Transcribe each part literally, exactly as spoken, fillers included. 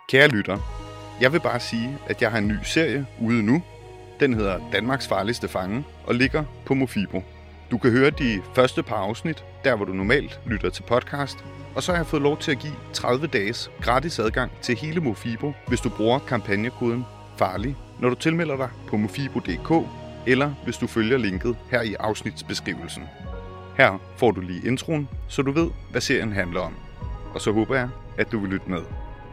Kære lytter, jeg vil bare sige, at jeg har en ny serie ude nu. Den hedder Danmarks farligste fange og ligger på Mofibo. Du kan høre de første par afsnit, der hvor du normalt lytter til podcast. Og så har jeg fået lov til at give tredive dages gratis adgang til hele Mofibo, hvis du bruger kampagnekoden FARLIG, når du tilmelder dig på mofibo punktum d k, eller hvis du følger linket her i afsnitsbeskrivelsen. Her får du lige introen, så du ved, hvad serien handler om. Og så håber jeg, at du vil lytte med.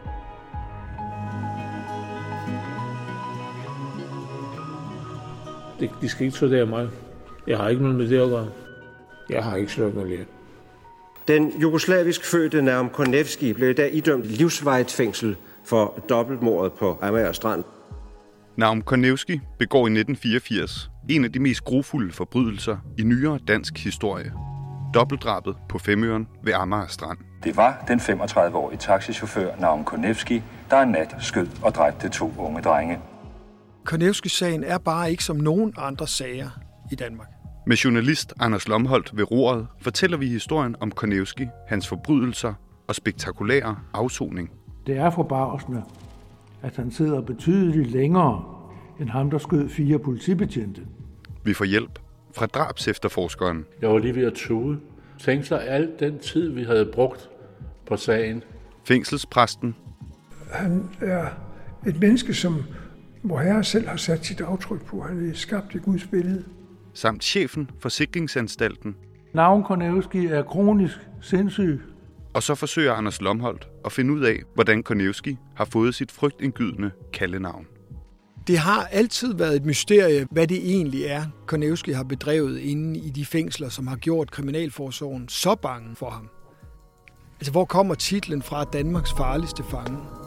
Det, de skal ikke studere mig. Jeg har ikke noget med det at gøre. Jeg har ikke slået noget let. Den jugoslavisk fødte Naum Konevski blev i dag idømt livsvarigt fængsel for dobbeltmordet på Amager Strand. Naum Konevski begår i nitten fireogfirs en af de mest grufulde forbrydelser i nyere dansk historie. Dobbeltdrabet på Femøren ved Amager Strand. Det var den femogtredive-årige taxichauffør Naum Konevski, der en nat skød og dræbte to unge drenge. Konevski-sagen er bare ikke som nogen andre sager i Danmark. Med journalist Anders Lomholt ved roret fortæller vi historien om Konevski, hans forbrydelser og spektakulære afsoning. Det er forbavsende, at han sidder betydeligt længere end ham, der skød fire politibetjente. Vi får hjælp fra drabsefterforskeren. Jeg var lige ved at tude. Tænk sig al den tid, vi havde brugt på sagen. Fængselspræsten. Han er et menneske, som vor Herre selv har sat sit aftryk på. Han er skabt i Guds billede. Samt chefen for Sikringsanstalten. Naum Konevski er kronisk sindssyg. Og så forsøger Anders Lomholt at finde ud af, hvordan Konevski har fået sit frygtindgydende kaldenavn. Det har altid været et mysterie, hvad det egentlig er, Konevski har bedrevet inde i de fængsler, som har gjort kriminalforsorgen så bange for ham. Altså, hvor kommer titlen fra Danmarks farligste fange?